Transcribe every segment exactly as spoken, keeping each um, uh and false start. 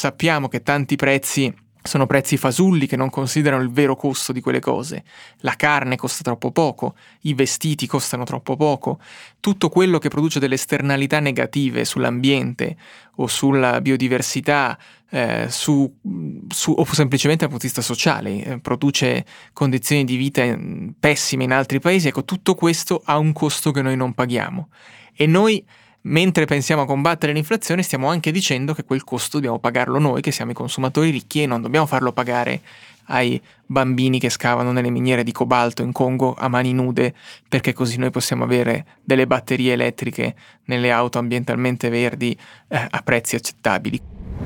sappiamo che tanti prezzi sono prezzi fasulli che non considerano il vero costo di quelle cose. La carne costa troppo poco, i vestiti costano troppo poco, tutto quello che produce delle esternalità negative sull'ambiente o sulla biodiversità, eh, su, su, o semplicemente dal punto di vista sociale, eh, produce condizioni di vita pessime in altri paesi. Ecco, tutto questo ha un costo che noi non paghiamo. E noi, mentre pensiamo a combattere l'inflazione, stiamo anche dicendo che quel costo dobbiamo pagarlo noi, che siamo i consumatori ricchi, e non dobbiamo farlo pagare ai bambini che scavano nelle miniere di cobalto in Congo a mani nude, perché così noi possiamo avere delle batterie elettriche nelle auto ambientalmente verdi eh, a prezzi accettabili.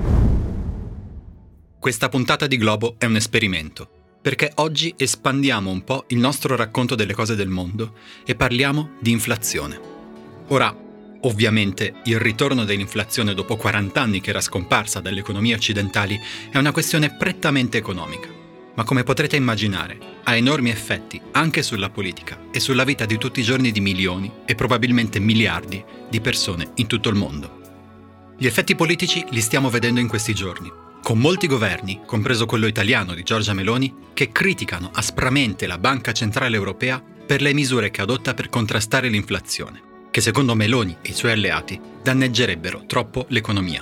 Questa puntata di Globo è un esperimento, perché oggi espandiamo un po' il nostro racconto delle cose del mondo e parliamo di inflazione. Ora, ovviamente, il ritorno dell'inflazione dopo quaranta anni che era scomparsa dalle economie occidentali è una questione prettamente economica, ma come potrete immaginare, ha enormi effetti anche sulla politica e sulla vita di tutti i giorni di milioni e probabilmente miliardi di persone in tutto il mondo. Gli effetti politici li stiamo vedendo in questi giorni, con molti governi, compreso quello italiano di Giorgia Meloni, che criticano aspramente la Banca Centrale Europea per le misure che adotta per contrastare l'inflazione, che secondo Meloni e i suoi alleati danneggerebbero troppo l'economia.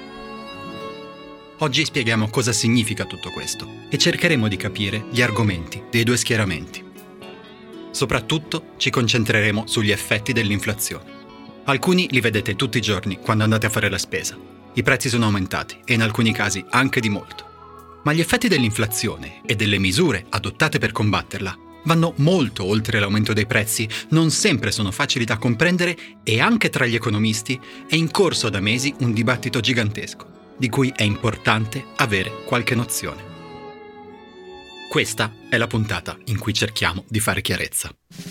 Oggi spieghiamo cosa significa tutto questo e cercheremo di capire gli argomenti dei due schieramenti. Soprattutto ci concentreremo sugli effetti dell'inflazione. Alcuni li vedete tutti i giorni quando andate a fare la spesa. I prezzi sono aumentati e in alcuni casi anche di molto. Ma gli effetti dell'inflazione e delle misure adottate per combatterla vanno molto oltre l'aumento dei prezzi, non sempre sono facili da comprendere e anche tra gli economisti è in corso da mesi un dibattito gigantesco, di cui è importante avere qualche nozione. Questa è la puntata in cui cerchiamo di fare chiarezza.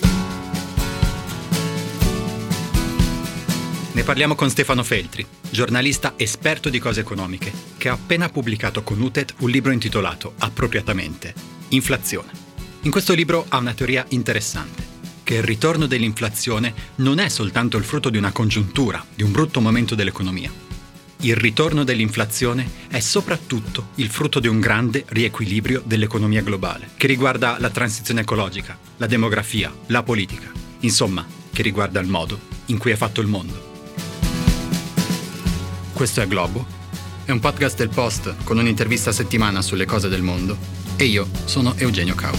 Ne parliamo con Stefano Feltri, giornalista esperto di cose economiche, che ha appena pubblicato con U T E T un libro intitolato appropriatamente Inflazione. In questo libro ha una teoria interessante, che il ritorno dell'inflazione non è soltanto il frutto di una congiuntura, di un brutto momento dell'economia. Il ritorno dell'inflazione è soprattutto il frutto di un grande riequilibrio dell'economia globale, che riguarda la transizione ecologica, la demografia, la politica, insomma, che riguarda il modo in cui è fatto il mondo. Questo è Globo, è un podcast del Post con un'intervista a settimana sulle cose del mondo, e io sono Eugenio Cau.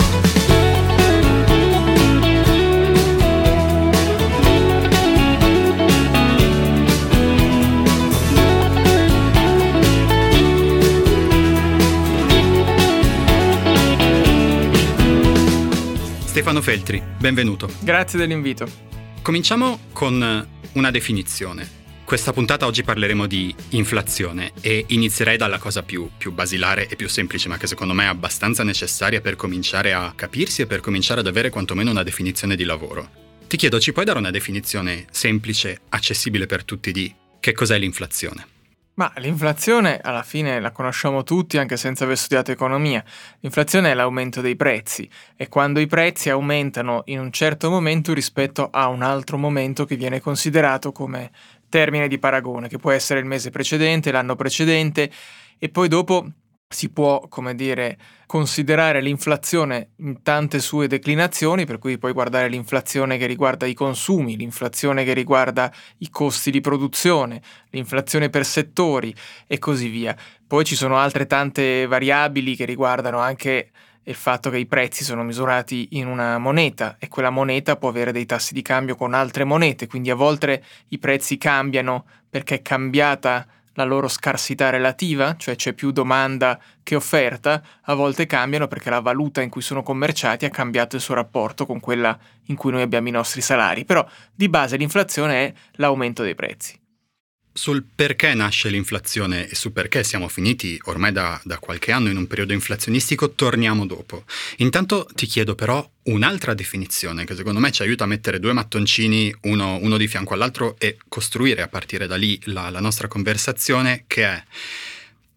Stefano Feltri, benvenuto. Grazie dell'invito. Cominciamo con una definizione. Questa puntata oggi parleremo di inflazione e inizierei dalla cosa più, più basilare e più semplice, ma che secondo me è abbastanza necessaria per cominciare a capirsi e per cominciare ad avere quantomeno una definizione di lavoro. Ti chiedo, ci puoi dare una definizione semplice, accessibile per tutti di che cos'è l'inflazione? Ma l'inflazione alla fine la conosciamo tutti anche senza aver studiato economia. L'inflazione è l'aumento dei prezzi e quando i prezzi aumentano in un certo momento rispetto a un altro momento che viene considerato come termine di paragone, che può essere il mese precedente, l'anno precedente, e poi dopo si può, come dire, considerare l'inflazione in tante sue declinazioni, per cui puoi guardare l'inflazione che riguarda i consumi, l'inflazione che riguarda i costi di produzione, l'inflazione per settori e così via. Poi ci sono altre tante variabili che riguardano anche il fatto che i prezzi sono misurati in una moneta e quella moneta può avere dei tassi di cambio con altre monete, quindi a volte i prezzi cambiano perché è cambiata la loro scarsità relativa, cioè c'è più domanda che offerta, a volte cambiano perché la valuta in cui sono commerciati ha cambiato il suo rapporto con quella in cui noi abbiamo i nostri salari, però di base l'inflazione è l'aumento dei prezzi. Sul perché nasce l'inflazione e su perché siamo finiti ormai da, da qualche anno in un periodo inflazionistico torniamo dopo. Intanto ti chiedo però un'altra definizione che secondo me ci aiuta a mettere due mattoncini uno, uno di fianco all'altro e costruire a partire da lì la, la nostra conversazione, che è: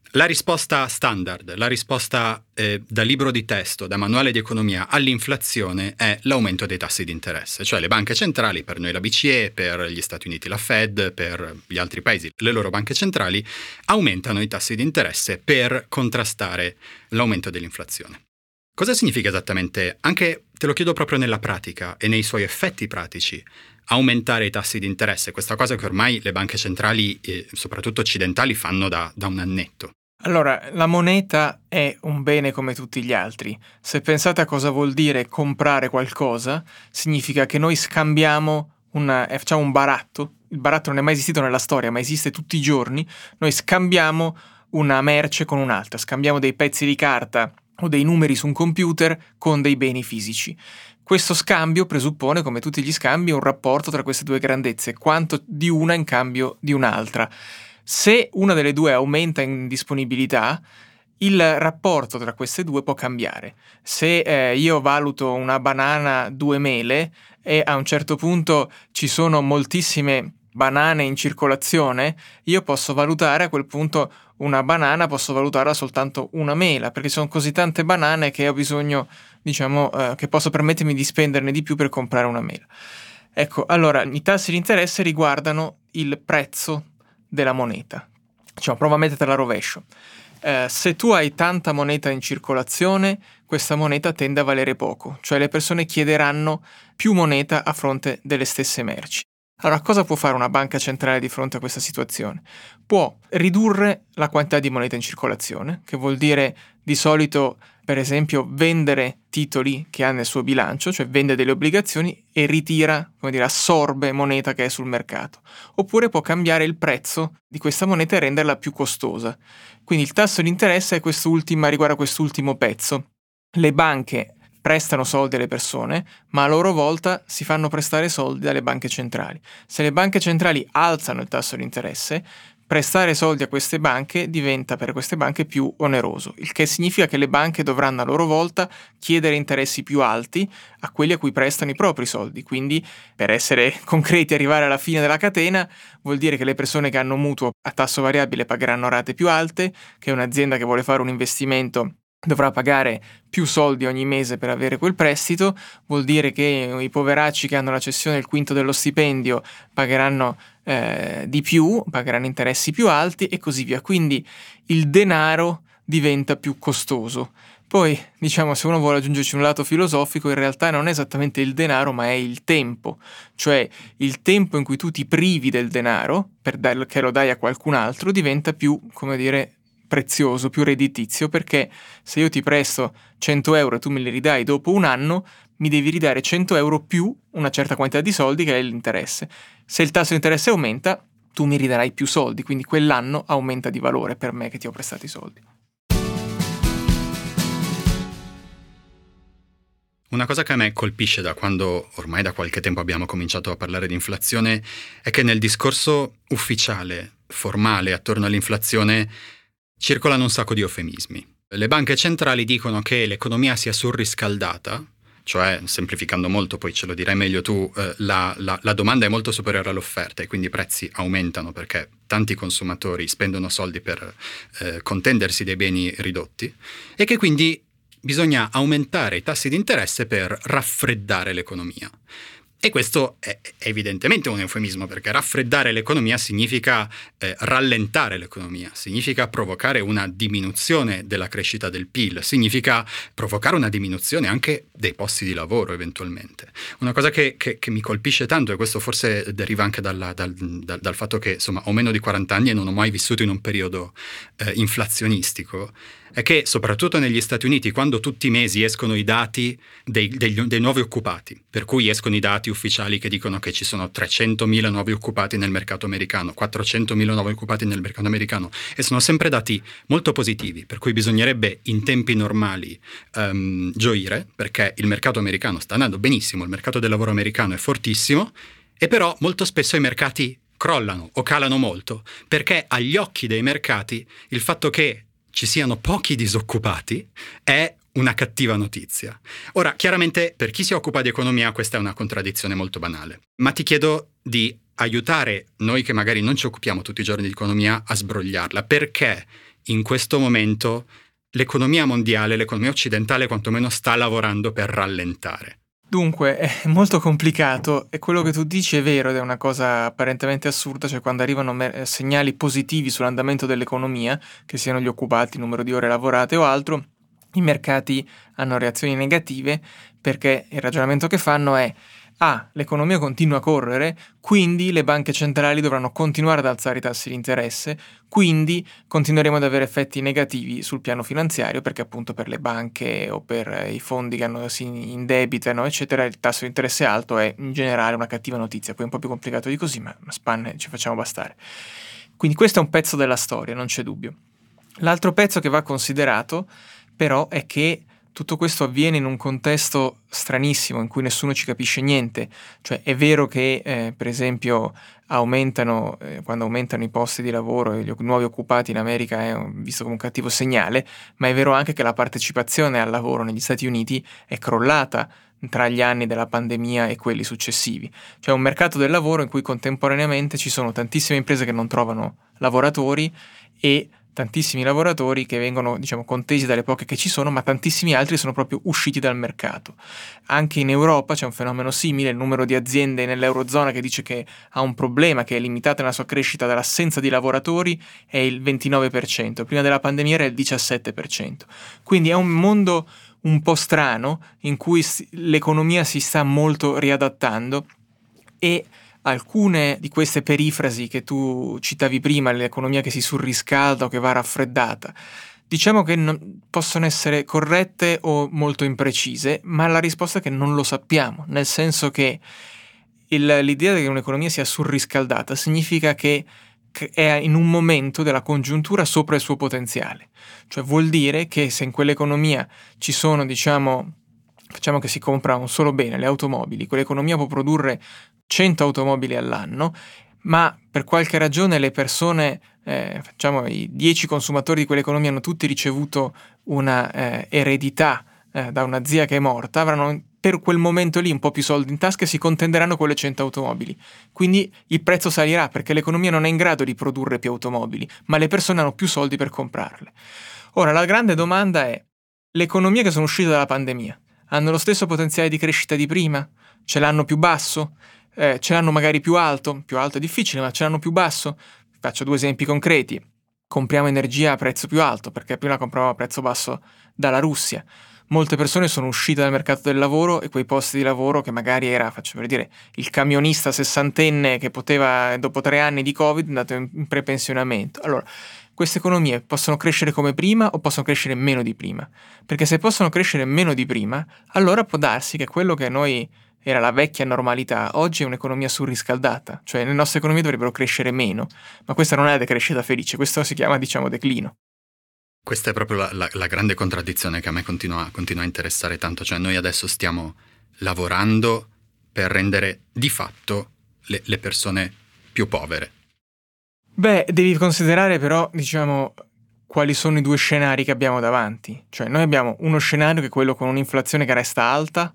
La risposta standard, la risposta eh, da libro di testo, da manuale di economia all'inflazione è l'aumento dei tassi di interesse, cioè le banche centrali, per noi la B C E, per gli Stati Uniti la Fed, per gli altri paesi le loro banche centrali, aumentano i tassi di interesse per contrastare l'aumento dell'inflazione. Cosa significa esattamente, anche te lo chiedo proprio nella pratica e nei suoi effetti pratici, aumentare i tassi di interesse, questa cosa che ormai le banche centrali, eh, soprattutto occidentali, fanno da, da un annetto? Allora, la moneta è un bene come tutti gli altri. Se pensate a cosa vuol dire comprare qualcosa, significa che noi scambiamo, una, eh, facciamo un baratto. Il baratto non è mai esistito nella storia, ma esiste tutti i giorni. Noi scambiamo una merce con un'altra, scambiamo dei pezzi di carta o dei numeri su un computer con dei beni fisici. Questo scambio presuppone, come tutti gli scambi, un rapporto tra queste due grandezze, quanto di una in cambio di un'altra. Se una delle due aumenta in disponibilità, il rapporto tra queste due può cambiare. Se eh, io valuto una banana due mele e a un certo punto ci sono moltissime banane in circolazione, io posso valutare a quel punto una banana, posso valutarla soltanto una mela, perché sono così tante banane che ho bisogno, diciamo, eh, che posso permettermi di spenderne di più per comprare una mela. Ecco, allora, i tassi di interesse riguardano il prezzo della moneta. Cioè, prova a metterla a rovescio. Eh, se tu hai tanta moneta in circolazione, questa moneta tende a valere poco, cioè le persone chiederanno più moneta a fronte delle stesse merci. Allora, cosa può fare una banca centrale di fronte a questa situazione? Può ridurre la quantità di moneta in circolazione, che vuol dire di solito, per esempio, vendere titoli che ha nel suo bilancio, cioè vende delle obbligazioni e ritira, come dire, assorbe moneta che è sul mercato. Oppure può cambiare il prezzo di questa moneta e renderla più costosa. Quindi il tasso di interesse è quest'ultima, riguarda quest'ultimo pezzo. Le banche prestano soldi alle persone, ma a loro volta si fanno prestare soldi dalle banche centrali. Se le banche centrali alzano il tasso di interesse, prestare soldi a queste banche diventa per queste banche più oneroso, il che significa che le banche dovranno a loro volta chiedere interessi più alti a quelli a cui prestano i propri soldi. Quindi, per essere concreti e arrivare alla fine della catena, vuol dire che le persone che hanno mutuo a tasso variabile pagheranno rate più alte, che un'azienda che vuole fare un investimento dovrà pagare più soldi ogni mese per avere quel prestito, vuol dire che i poveracci che hanno la cessione del quinto dello stipendio pagheranno eh, di più, pagheranno interessi più alti e così via. Quindi il denaro diventa più costoso. Poi, diciamo, se uno vuole aggiungerci un lato filosofico, in realtà non è esattamente il denaro, ma è il tempo. Cioè, il tempo in cui tu ti privi del denaro, per dar- che lo dai a qualcun altro, diventa più, come dire, prezioso, più redditizio, perché se io ti presto cento euro e tu me li ridai dopo un anno, mi devi ridare cento euro più una certa quantità di soldi che è l'interesse. Se il tasso di interesse aumenta, tu mi ridarai più soldi, quindi quell'anno aumenta di valore per me che ti ho prestato i soldi. Una cosa che a me colpisce da quando ormai da qualche tempo abbiamo cominciato a parlare di inflazione è che nel discorso ufficiale, formale, attorno all'inflazione circolano un sacco di eufemismi. Le banche centrali dicono che l'economia sia surriscaldata, cioè, semplificando molto, poi ce lo dirai meglio tu, eh, la, la, la domanda è molto superiore all'offerta e quindi i prezzi aumentano perché tanti consumatori spendono soldi per eh, contendersi dei beni ridotti e che quindi bisogna aumentare i tassi di interesse per raffreddare l'economia. E questo è evidentemente un eufemismo, perché raffreddare l'economia significa eh, rallentare l'economia, significa provocare una diminuzione della crescita del P I L, significa provocare una diminuzione anche dei posti di lavoro eventualmente. Una cosa che, che, che mi colpisce tanto, e questo forse deriva anche dalla, dal, dal, dal fatto che insomma ho meno di quaranta anni e non ho mai vissuto in un periodo eh, inflazionistico, è che soprattutto negli Stati Uniti, quando tutti i mesi escono i dati dei, dei, dei nuovi occupati, per cui escono i dati ufficiali che dicono che ci sono trecentomila nuovi occupati nel mercato americano, quattrocentomila nuovi occupati nel mercato americano, e sono sempre dati molto positivi, per cui bisognerebbe in tempi normali um, gioire, perché il mercato americano sta andando benissimo, il mercato del lavoro americano è fortissimo, e però molto spesso i mercati crollano o calano molto, perché agli occhi dei mercati il fatto che ci siano pochi disoccupati è una cattiva notizia. Ora, chiaramente, per chi si occupa di economia questa è una contraddizione molto banale, ma ti chiedo di aiutare noi che magari non ci occupiamo tutti i giorni di economia a sbrogliarla. Perché in questo momento l'economia mondiale, l'economia occidentale quantomeno sta lavorando per rallentare. Dunque, è molto complicato e quello che tu dici è vero ed è una cosa apparentemente assurda, cioè quando arrivano me- segnali positivi sull'andamento dell'economia, che siano gli occupati, il numero di ore lavorate o altro, i mercati hanno reazioni negative perché il ragionamento che fanno è ah, l'economia continua a correre, quindi le banche centrali dovranno continuare ad alzare i tassi di interesse, quindi continueremo ad avere effetti negativi sul piano finanziario perché appunto per le banche o per i fondi che hanno, si indebitano, eccetera, il tasso di interesse alto è in generale una cattiva notizia. Poi è un po' più complicato di così, ma spanne ci facciamo bastare. Quindi questo è un pezzo della storia, non c'è dubbio. L'altro pezzo che va considerato però è che tutto questo avviene in un contesto stranissimo in cui nessuno ci capisce niente, cioè è vero che eh, per esempio aumentano, eh, quando aumentano i posti di lavoro e gli nuovi occupati in America è un, visto come un cattivo segnale, ma è vero anche che la partecipazione al lavoro negli Stati Uniti è crollata tra gli anni della pandemia e quelli successivi. Cioè un mercato del lavoro in cui contemporaneamente ci sono tantissime imprese che non trovano lavoratori e tantissimi lavoratori che vengono, diciamo, contesi dalle poche che ci sono, ma tantissimi altri sono proprio usciti dal mercato. Anche in Europa c'è un fenomeno simile, il numero di aziende nell'Eurozona che dice che ha un problema, che è limitato nella sua crescita dall'assenza di lavoratori, è il ventinove per cento, prima della pandemia era il diciassette per cento. Quindi è un mondo un po' strano in cui l'economia si sta molto riadattando e alcune di queste perifrasi che tu citavi prima, l'economia che si surriscalda o che va raffreddata, diciamo che non, possono essere corrette o molto imprecise, ma la risposta è che non lo sappiamo, nel senso che il, l'idea che un'economia sia surriscaldata significa che è in un momento della congiuntura sopra il suo potenziale, cioè vuol dire che se in quell'economia ci sono, diciamo, facciamo che si compra un solo bene, le automobili, quell'economia può produrre cento automobili all'anno, ma per qualche ragione le persone, eh, facciamo i dieci consumatori di quell'economia hanno tutti ricevuto una eh, eredità eh, da una zia che è morta, avranno per quel momento lì un po' più soldi in tasca e si contenderanno quelle cento automobili. Quindi il prezzo salirà perché l'economia non è in grado di produrre più automobili, ma le persone hanno più soldi per comprarle. Ora, la grande domanda è: le economie che sono uscite dalla pandemia hanno lo stesso potenziale di crescita di prima? Ce l'hanno più basso? Eh, ce l'hanno magari più alto? Più alto è difficile, ma ce l'hanno più basso? Faccio due esempi concreti. Compriamo energia a prezzo più alto, perché prima compravamo a prezzo basso dalla Russia. Molte persone sono uscite dal mercato del lavoro e quei posti di lavoro che magari era, faccio per dire, il camionista sessantenne che poteva, dopo tre anni di Covid, è andato in prepensionamento. Allora, queste economie possono crescere come prima o possono crescere meno di prima? Perché se possono crescere meno di prima, allora può darsi che quello che noi era la vecchia normalità, oggi è un'economia surriscaldata, cioè le nostre economie dovrebbero crescere meno, ma questa non è la decrescita felice, questo si chiama, diciamo, declino. Questa è proprio la, la, la grande contraddizione che a me continua, continua a interessare tanto, cioè noi adesso stiamo lavorando per rendere di fatto le, le persone più povere. Beh, devi considerare però, diciamo, quali sono i due scenari che abbiamo davanti, cioè noi abbiamo uno scenario che è quello con un'inflazione che resta alta,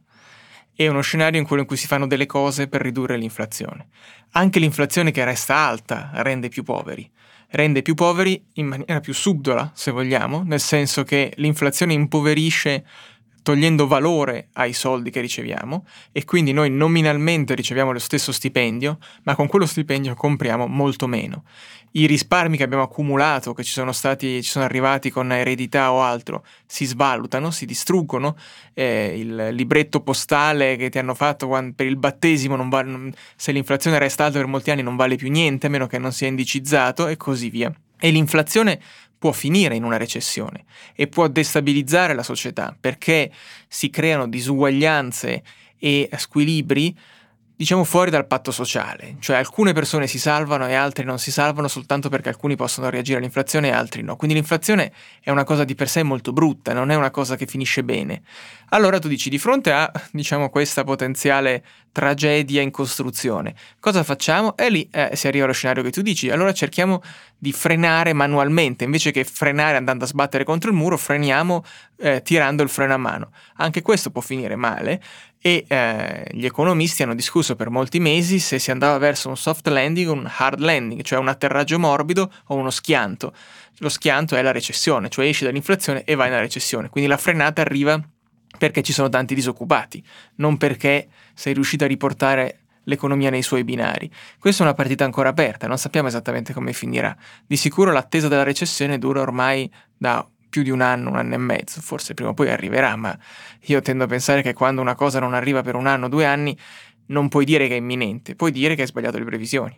e uno scenario in quello in cui si fanno delle cose per ridurre l'inflazione. Anche l'inflazione che resta alta rende più poveri. Rende più poveri in maniera più subdola, se vogliamo, nel senso che l'inflazione impoverisce togliendo valore ai soldi che riceviamo e quindi noi nominalmente riceviamo lo stesso stipendio, ma con quello stipendio compriamo molto meno. I risparmi che abbiamo accumulato, che ci sono stati, ci sono arrivati con eredità o altro, si svalutano, si distruggono. Eh, il libretto postale che ti hanno fatto quando, per il battesimo, non va, non, se l'inflazione resta alta per molti anni non vale più niente, a meno che non sia indicizzato e così via. E l'inflazione può finire in una recessione e può destabilizzare la società perché si creano disuguaglianze e squilibri, diciamo, fuori dal patto sociale, cioè alcune persone si salvano e altri non si salvano soltanto perché alcuni possono reagire all'inflazione e altri no. Quindi l'inflazione è una cosa di per sé molto brutta, non è una cosa che finisce bene. Allora tu dici, di fronte a, diciamo, questa potenziale tragedia in costruzione, cosa facciamo? E lì eh, si arriva allo scenario che tu dici, allora cerchiamo di frenare manualmente, invece che frenare andando a sbattere contro il muro, freniamo eh, tirando il freno a mano. Anche questo può finire male e eh, gli economisti hanno discusso per molti mesi se si andava verso un soft landing o un hard landing, cioè un atterraggio morbido o uno schianto. Lo schianto è la recessione, cioè esci dall'inflazione e vai nella recessione, quindi la frenata arriva perché ci sono tanti disoccupati, non perché sei riuscito a riportare l'economia nei suoi binari. Questa è una partita ancora aperta, non sappiamo esattamente come finirà. Di sicuro l'attesa della recessione dura ormai da più di un anno, un anno e mezzo, forse prima o poi arriverà, ma io tendo a pensare che quando una cosa non arriva per un anno, due anni, non puoi dire che è imminente, puoi dire che hai sbagliato le previsioni.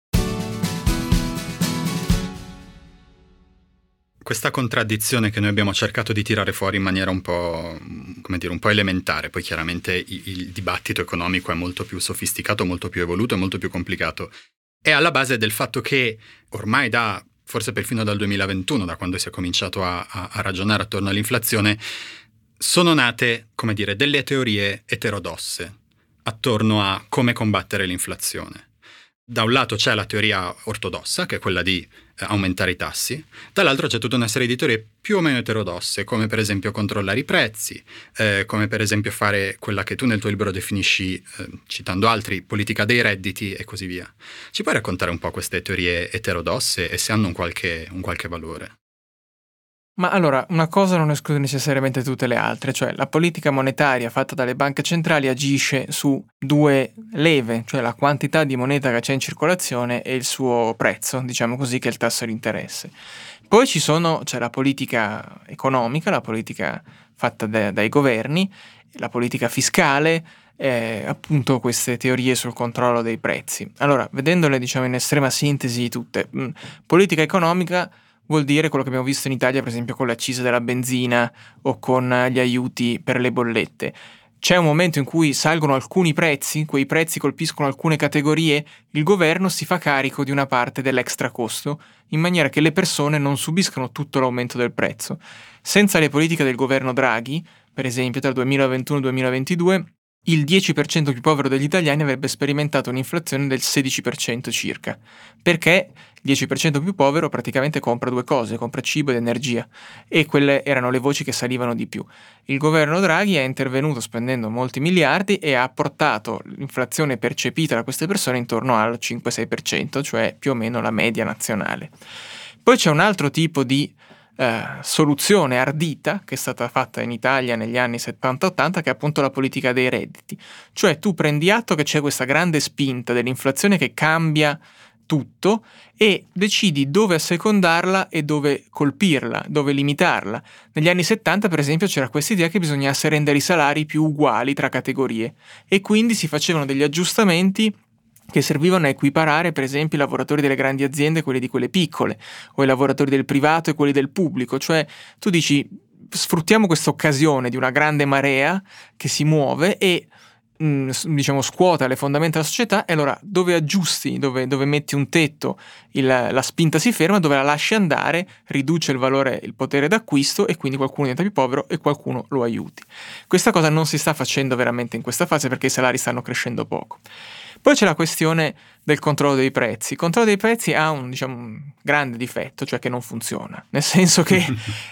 Questa contraddizione che noi abbiamo cercato di tirare fuori in maniera un po', come dire, un po' elementare, poi chiaramente il, il dibattito economico è molto più sofisticato, molto più evoluto e molto più complicato, è alla base del fatto che ormai da, forse perfino dal duemilaventuno, da quando si è cominciato a, a, a ragionare attorno all'inflazione, sono nate, come dire, delle teorie eterodosse attorno a come combattere l'inflazione. Da un lato c'è la teoria ortodossa, che è quella di eh, aumentare i tassi, dall'altro c'è tutta una serie di teorie più o meno eterodosse, come per esempio controllare i prezzi, eh, come per esempio fare quella che tu nel tuo libro definisci, eh, citando altri, politica dei redditi e così via. Ci puoi raccontare un po' queste teorie eterodosse e se hanno un qualche, un qualche valore? Ma allora, una cosa non esclude necessariamente tutte le altre, cioè la politica monetaria fatta dalle banche centrali agisce su due leve, cioè la quantità di moneta che c'è in circolazione e il suo prezzo, diciamo così, che è il tasso di interesse. Poi ci sono, c'è la politica economica, la politica fatta da, dai governi, la politica fiscale, eh, appunto queste teorie sul controllo dei prezzi. Allora, vedendole diciamo in estrema sintesi tutte, mh, politica economica vuol dire quello che abbiamo visto in Italia, per esempio, con le accise della benzina o con gli aiuti per le bollette. C'è un momento in cui salgono alcuni prezzi, quei prezzi colpiscono alcune categorie, il governo si fa carico di una parte dell'extra costo, in maniera che le persone non subiscano tutto l'aumento del prezzo. Senza le politiche del governo Draghi, per esempio tra il duemilaventuno e il duemilaventidue, il dieci per cento più povero degli italiani avrebbe sperimentato un'inflazione del sedici per cento circa, perché il dieci per cento più povero praticamente compra due cose, compra cibo ed energia, e quelle erano le voci che salivano di più. Il governo Draghi è intervenuto spendendo molti miliardi e ha portato l'inflazione percepita da queste persone intorno al cinque sei per cento, cioè più o meno la media nazionale. Poi c'è un altro tipo di Eh, soluzione ardita che è stata fatta in Italia negli anni settanta ottanta, che è appunto la politica dei redditi. Cioè tu prendi atto che c'è questa grande spinta dell'inflazione che cambia tutto e decidi dove assecondarla e dove colpirla, dove limitarla. Negli anni settanta, per esempio, c'era questa idea che bisognasse rendere i salari più uguali tra categorie e quindi si facevano degli aggiustamenti che servivano a equiparare, per esempio, i lavoratori delle grandi aziende e quelli di quelle piccole, o i lavoratori del privato e quelli del pubblico. Cioè, tu dici, sfruttiamo questa occasione di una grande marea che si muove e, mh, diciamo, scuota le fondamenta della società, e allora dove aggiusti, dove, dove metti un tetto, il, la spinta si ferma, dove la lasci andare, riduce il valore, il potere d'acquisto e quindi qualcuno diventa più povero e qualcuno lo aiuti. Questa cosa non si sta facendo veramente in questa fase perché i salari stanno crescendo poco. Poi c'è la questione del controllo dei prezzi. Il controllo dei prezzi ha un, diciamo, un grande difetto, cioè che non funziona. Nel senso che,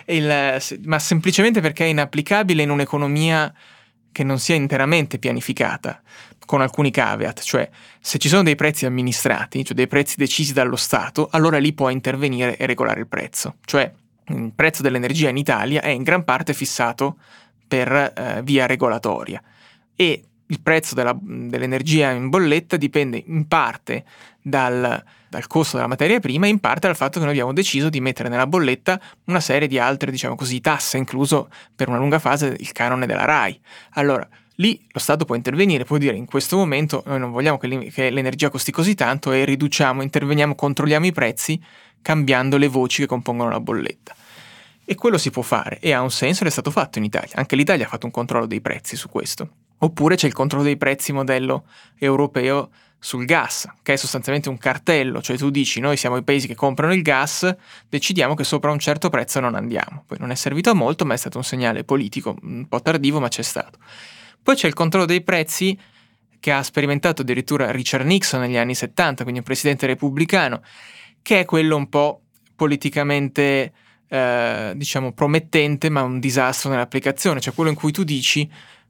il, ma semplicemente perché è inapplicabile in un'economia che non sia interamente pianificata, con alcuni caveat. Cioè, se ci sono dei prezzi amministrati, cioè dei prezzi decisi dallo Stato, allora lì può intervenire e regolare il prezzo. Cioè, il prezzo dell'energia in Italia è in gran parte fissato per eh, via regolatoria. E il prezzo della, dell'energia in bolletta dipende in parte dal, dal costo della materia prima e in parte dal fatto che noi abbiamo deciso di mettere nella bolletta una serie di altre, diciamo così, tasse, incluso per una lunga fase il canone della RAI. Allora, lì lo Stato può intervenire, può dire in questo momento noi non vogliamo che, che l'energia costi così tanto e riduciamo, interveniamo, controlliamo i prezzi cambiando le voci che compongono la bolletta. E quello si può fare e ha un senso ed è stato fatto in Italia. Anche l'Italia ha fatto un controllo dei prezzi su questo. Oppure c'è il controllo dei prezzi modello europeo sul gas, che è sostanzialmente un cartello, cioè tu dici noi siamo i paesi che comprano il gas, decidiamo che sopra un certo prezzo non andiamo. Poi non è servito a molto, ma è stato un segnale politico, un po' tardivo, ma c'è stato. Poi c'è il controllo dei prezzi che ha sperimentato addirittura Richard Nixon negli anni settanta, quindi un presidente repubblicano, che è quello un po' politicamente eh, diciamo promettente, ma un disastro nell'applicazione, cioè quello in cui tu dici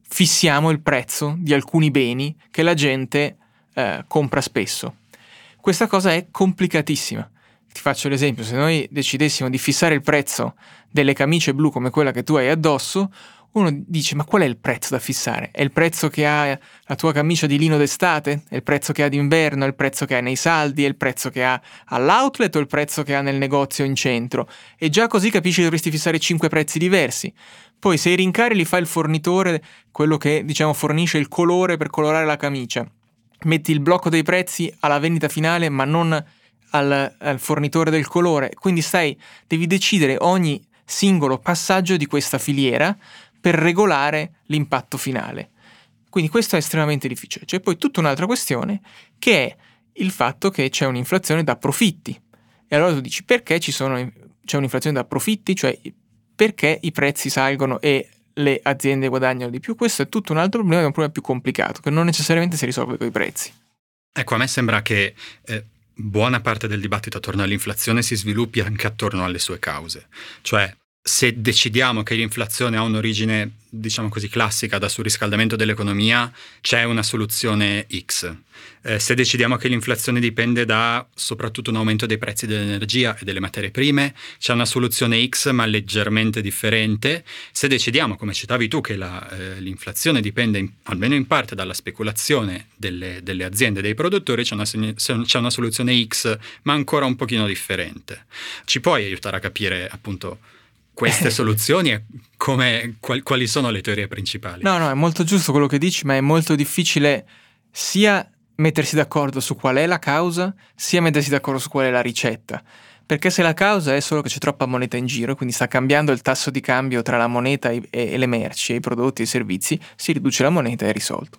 fissiamo il prezzo di alcuni beni che la gente eh, compra spesso. Questa cosa è complicatissima. Ti faccio l'esempio: se noi decidessimo di fissare il prezzo delle camicie blu come quella che tu hai addosso, uno dice: ma qual è il prezzo da fissare? È il prezzo che ha la tua camicia di lino d'estate? È il prezzo che ha d'inverno? È il prezzo che ha nei saldi? È il prezzo che ha all'outlet o il prezzo che ha nel negozio in centro? E già così capisci che dovresti fissare cinque prezzi diversi. Poi se i rincari li fa il fornitore, quello che diciamo fornisce il colore per colorare la camicia, metti il blocco dei prezzi alla vendita finale ma non al, al fornitore del colore, quindi stai, devi decidere ogni singolo passaggio di questa filiera per regolare l'impatto finale. Quindi questo è estremamente difficile. C'è poi tutta un'altra questione, che è il fatto che c'è un'inflazione da profitti. E allora tu dici: perché ci sono, c'è un'inflazione da profitti? Cioè, perché i prezzi salgono e le aziende guadagnano di più? Questo è tutto un altro problema, è un problema più complicato, che non necessariamente si risolve con i prezzi. Ecco, a me sembra che eh, buona parte del dibattito attorno all'inflazione si sviluppi anche attorno alle sue cause. Cioè, se decidiamo che l'inflazione ha un'origine, diciamo così, classica da surriscaldamento dell'economia, c'è una soluzione X. Eh, se decidiamo che l'inflazione dipende da soprattutto un aumento dei prezzi dell'energia e delle materie prime, c'è una soluzione X ma leggermente differente. Se decidiamo, come citavi tu, che la, eh, l'inflazione dipende in, almeno in parte dalla speculazione delle, delle aziende e dei produttori, c'è una, c'è una soluzione X ma ancora un pochino differente. Ci puoi aiutare a capire appunto queste soluzioni e come, quali, quali sono le teorie principali? No, no, è molto giusto quello che dici, ma è molto difficile sia mettersi d'accordo su qual è la causa, sia mettersi d'accordo su qual è la ricetta. Perché se la causa è solo che c'è troppa moneta in giro, quindi sta cambiando il tasso di cambio tra la moneta e, e le merci, e i prodotti e i servizi, si riduce la moneta e è risolto.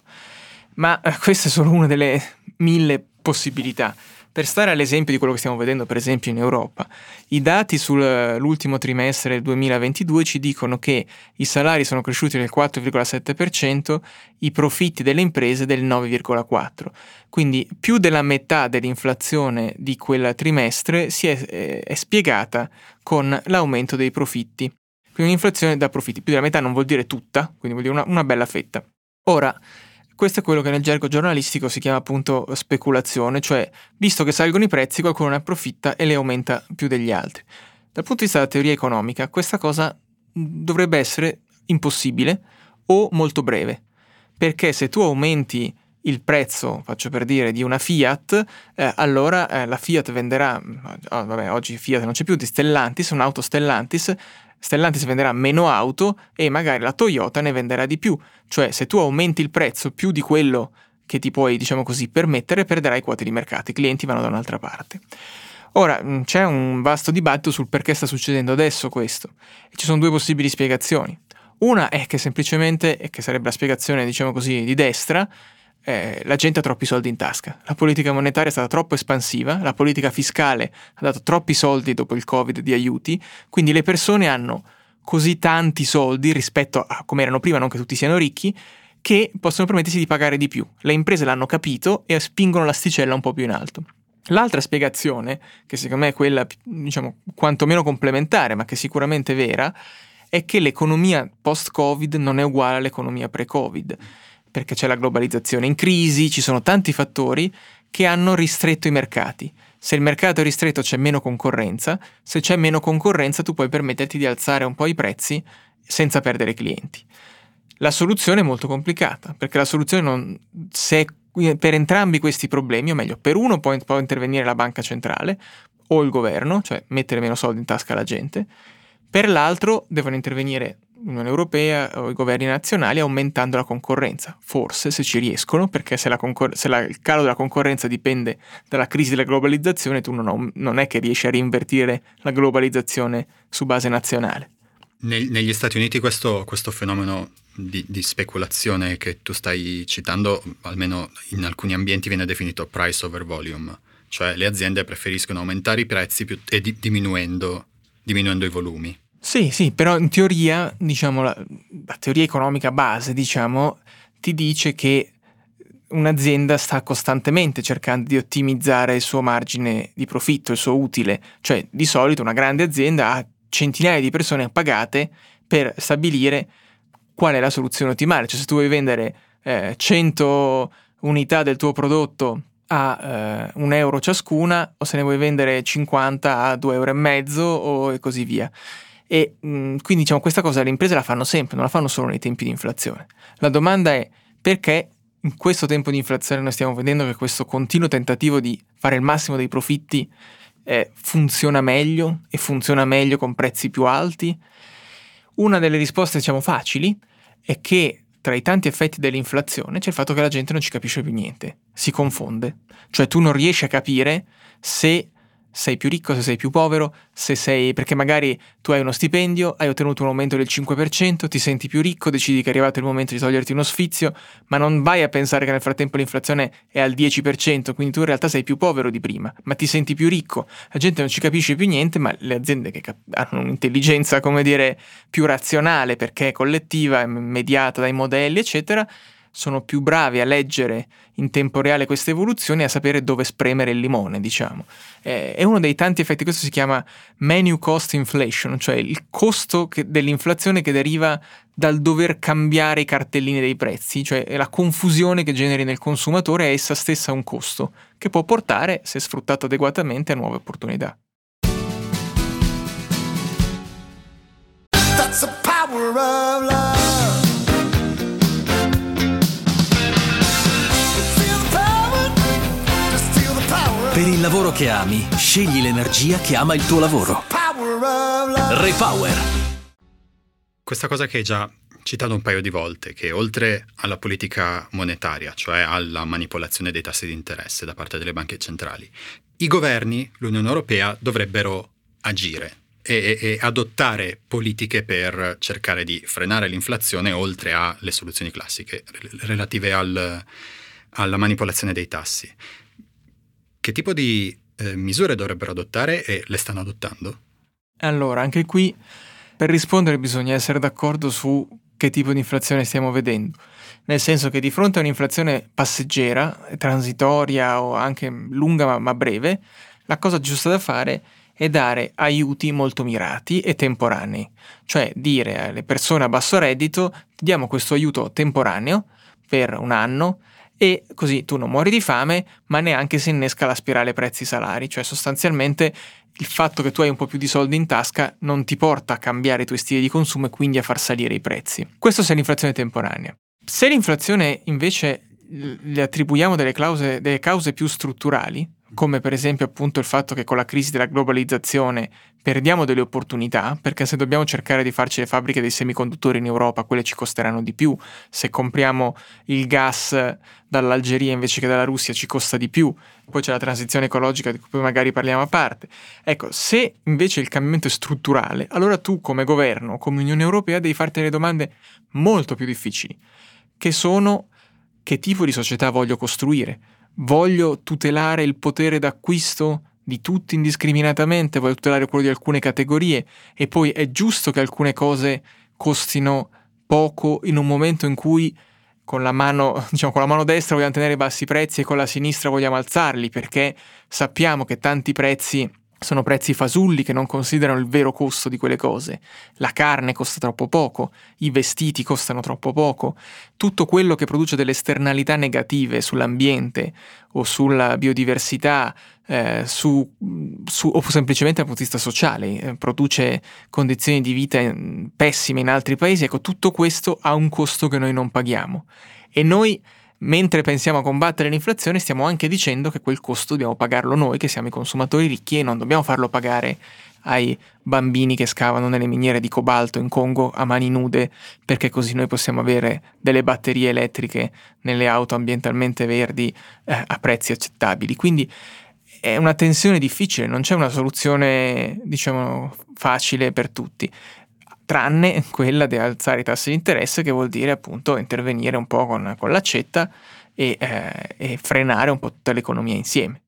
Ma eh, questa è solo una delle mille possibilità. Per stare all'esempio di quello che stiamo vedendo per esempio in Europa, i dati sull'ultimo trimestre del duemilaventidue ci dicono che i salari sono cresciuti del quattro virgola sette per cento, i profitti delle imprese del nove virgola quattro per cento. Quindi più della metà dell'inflazione di quel trimestre si è, è, è spiegata con l'aumento dei profitti. Quindi un'inflazione da profitti. Più della metà non vuol dire tutta, quindi vuol dire una, una bella fetta. Ora, questo è quello che nel gergo giornalistico si chiama appunto speculazione, cioè visto che salgono i prezzi qualcuno ne approfitta e le aumenta più degli altri. Dal punto di vista della teoria economica questa cosa dovrebbe essere impossibile o molto breve, perché se tu aumenti il prezzo, faccio per dire, di una Fiat, eh, allora eh, la Fiat venderà, oh, vabbè oggi Fiat non c'è più, di Stellantis, un'auto Stellantis, Stellantis venderà meno auto e magari la Toyota ne venderà di più. Cioè, se tu aumenti il prezzo più di quello che ti puoi, diciamo così, permettere, perderai quote di mercato, i clienti vanno da un'altra parte. Ora, c'è un vasto dibattito sul perché sta succedendo adesso questo. E ci sono due possibili spiegazioni. Una è che semplicemente, e che sarebbe la spiegazione, diciamo così, di destra, Eh, la gente ha troppi soldi in tasca, la politica monetaria è stata troppo espansiva, la politica fiscale ha dato troppi soldi dopo il Covid di aiuti, quindi le persone hanno così tanti soldi rispetto a come erano prima, non che tutti siano ricchi, che possono permettersi di pagare di più. Le imprese l'hanno capito e spingono l'asticella un po' più in alto. L'altra spiegazione, che secondo me è quella, diciamo, quantomeno complementare, ma che sicuramente è vera, è che l'economia post-Covid non è uguale all'economia pre-Covid, perché c'è la globalizzazione in crisi, ci sono tanti fattori che hanno ristretto i mercati. Se il mercato è ristretto c'è meno concorrenza, se c'è meno concorrenza tu puoi permetterti di alzare un po' i prezzi senza perdere clienti. La soluzione è molto complicata, perché la soluzione non, se per entrambi questi problemi, o meglio, per uno può, può intervenire la banca centrale o il governo, cioè mettere meno soldi in tasca alla gente, per l'altro devono intervenire l'Unione Europea o i governi nazionali aumentando la concorrenza, forse se ci riescono, perché se, la concor- se la, il calo della concorrenza dipende dalla crisi della globalizzazione, tu non, ho, non è che riesci a reinvertire la globalizzazione su base nazionale. Neg- negli Stati Uniti questo, questo fenomeno di, di speculazione che tu stai citando, almeno in alcuni ambienti viene definito price over volume, cioè le aziende preferiscono aumentare i prezzi più- e di- diminuendo, diminuendo i volumi. Sì, sì, però in teoria, diciamo, la, la teoria economica base, diciamo, ti dice che un'azienda sta costantemente cercando di ottimizzare il suo margine di profitto, il suo utile. Cioè, di solito una grande azienda ha centinaia di persone pagate per stabilire qual è la soluzione ottimale. Cioè se tu vuoi vendere eh, cento unità del tuo prodotto a eh, un euro ciascuna, o se ne vuoi vendere cinquanta a due euro e mezzo, o e così via. E mh, quindi diciamo questa cosa le imprese la fanno sempre, non la fanno solo nei tempi di inflazione. La domanda è: perché in questo tempo di inflazione noi stiamo vedendo che questo continuo tentativo di fare il massimo dei profitti eh, funziona meglio, e funziona meglio con prezzi più alti? Una delle risposte, diciamo, facili è che tra i tanti effetti dell'inflazione c'è il fatto che la gente non ci capisce più niente, si confonde. Cioè tu non riesci a capire se sei più ricco, se sei più povero, se sei... perché magari tu hai uno stipendio, hai ottenuto un aumento del cinque per cento, ti senti più ricco, decidi che è arrivato il momento di toglierti uno sfizio, ma non vai a pensare che nel frattempo l'inflazione è al dieci per cento, quindi tu in realtà sei più povero di prima, ma ti senti più ricco. La gente non ci capisce più niente, ma le aziende che cap- hanno un'intelligenza, come dire, più razionale, perché è collettiva, è mediata dai modelli, eccetera, sono più bravi a leggere in tempo reale queste evoluzioni e a sapere dove spremere il limone, diciamo. Eh, è uno dei tanti effetti, questo si chiama menu cost inflation, cioè il costo che, dell'inflazione che deriva dal dover cambiare i cartellini dei prezzi, cioè è la confusione che generi nel consumatore, è essa stessa un costo, che può portare, se sfruttato adeguatamente, a nuove opportunità. That's the power of love. Per il lavoro che ami, scegli l'energia che ama il tuo lavoro. Repower. Questa cosa che hai già citato un paio di volte, che oltre alla politica monetaria, cioè alla manipolazione dei tassi di interesse da parte delle banche centrali, i governi, l'Unione Europea, dovrebbero agire e, e, e adottare politiche per cercare di frenare l'inflazione, oltre alle soluzioni classiche relative al, alla manipolazione dei tassi. Che tipo di eh, misure dovrebbero adottare e le stanno adottando? Allora, anche qui, per rispondere bisogna essere d'accordo su che tipo di inflazione stiamo vedendo. Nel senso che di fronte a un'inflazione passeggera, transitoria o anche lunga ma, ma breve, la cosa giusta da fare è dare aiuti molto mirati e temporanei. Cioè dire alle persone a basso reddito: ti diamo questo aiuto temporaneo per un anno, e così tu non muori di fame, ma neanche si innesca la spirale prezzi-salari. Cioè sostanzialmente il fatto che tu hai un po' più di soldi in tasca non ti porta a cambiare i tuoi stili di consumo e quindi a far salire i prezzi. Questo se l'inflazione è temporanea. Se l'inflazione invece le attribuiamo delle, clause, delle cause più strutturali, come per esempio appunto il fatto che con la crisi della globalizzazione perdiamo delle opportunità, perché se dobbiamo cercare di farci le fabbriche dei semiconduttori in Europa, quelle ci costeranno di più. Se compriamo il gas dall'Algeria invece che dalla Russia ci costa di più. Poi c'è la transizione ecologica di cui poi magari parliamo a parte. Ecco, se invece il cambiamento è strutturale, allora tu come governo, come Unione Europea, devi farti delle domande molto più difficili, che sono: che tipo di società voglio costruire? Voglio tutelare il potere d'acquisto di tutti indiscriminatamente? Voglio tutelare quello di alcune categorie? E poi è giusto che alcune cose costino poco in un momento in cui con la mano, diciamo, con la mano destra vogliamo tenere bassi i prezzi e con la sinistra vogliamo alzarli, perché sappiamo che tanti prezzi sono prezzi fasulli che non considerano il vero costo di quelle cose. La carne costa troppo poco, i vestiti costano troppo poco, tutto quello che produce delle esternalità negative sull'ambiente o sulla biodiversità, eh, su, su, o semplicemente dal punto di vista sociale, eh, produce condizioni di vita pessime in altri paesi. Ecco, tutto questo ha un costo che noi non paghiamo. E noi, mentre pensiamo a combattere l'inflazione, stiamo anche dicendo che quel costo dobbiamo pagarlo noi, che siamo i consumatori ricchi, e non dobbiamo farlo pagare ai bambini che scavano nelle miniere di cobalto in Congo a mani nude, perché così noi possiamo avere delle batterie elettriche nelle auto ambientalmente verdi eh, a prezzi accettabili. Quindi è una tensione difficile, non c'è una soluzione, diciamo, facile per tutti, tranne quella di alzare i tassi di interesse, che vuol dire appunto intervenire un po' con, con l'accetta e, eh, e frenare un po' tutta l'economia insieme.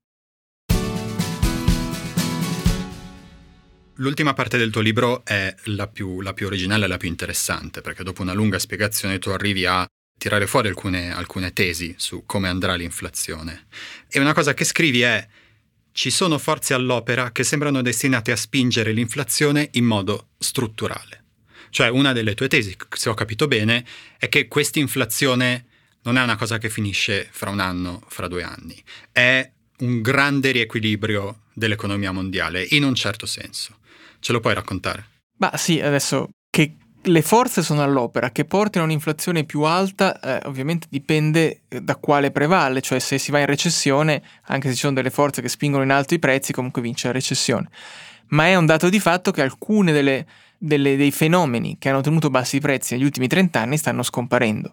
L'ultima parte del tuo libro è la più, la più originale e la più interessante, perché dopo una lunga spiegazione tu arrivi a tirare fuori alcune, alcune tesi su come andrà l'inflazione. E una cosa che scrivi è: ci sono forze all'opera che sembrano destinate a spingere l'inflazione in modo strutturale. Cioè una delle tue tesi, se ho capito bene, è che questa inflazione non è una cosa che finisce fra un anno, fra due anni, è un grande riequilibrio dell'economia mondiale, in un certo senso. Ce lo puoi raccontare? Ma sì, adesso che le forze sono all'opera, che portino a un'inflazione più alta, eh, ovviamente dipende da quale prevale, cioè se si va in recessione, anche se ci sono delle forze che spingono in alto i prezzi, comunque vince la recessione. Ma è un dato di fatto che alcune delle, delle, dei fenomeni che hanno tenuto bassi i prezzi negli ultimi trent'anni stanno scomparendo.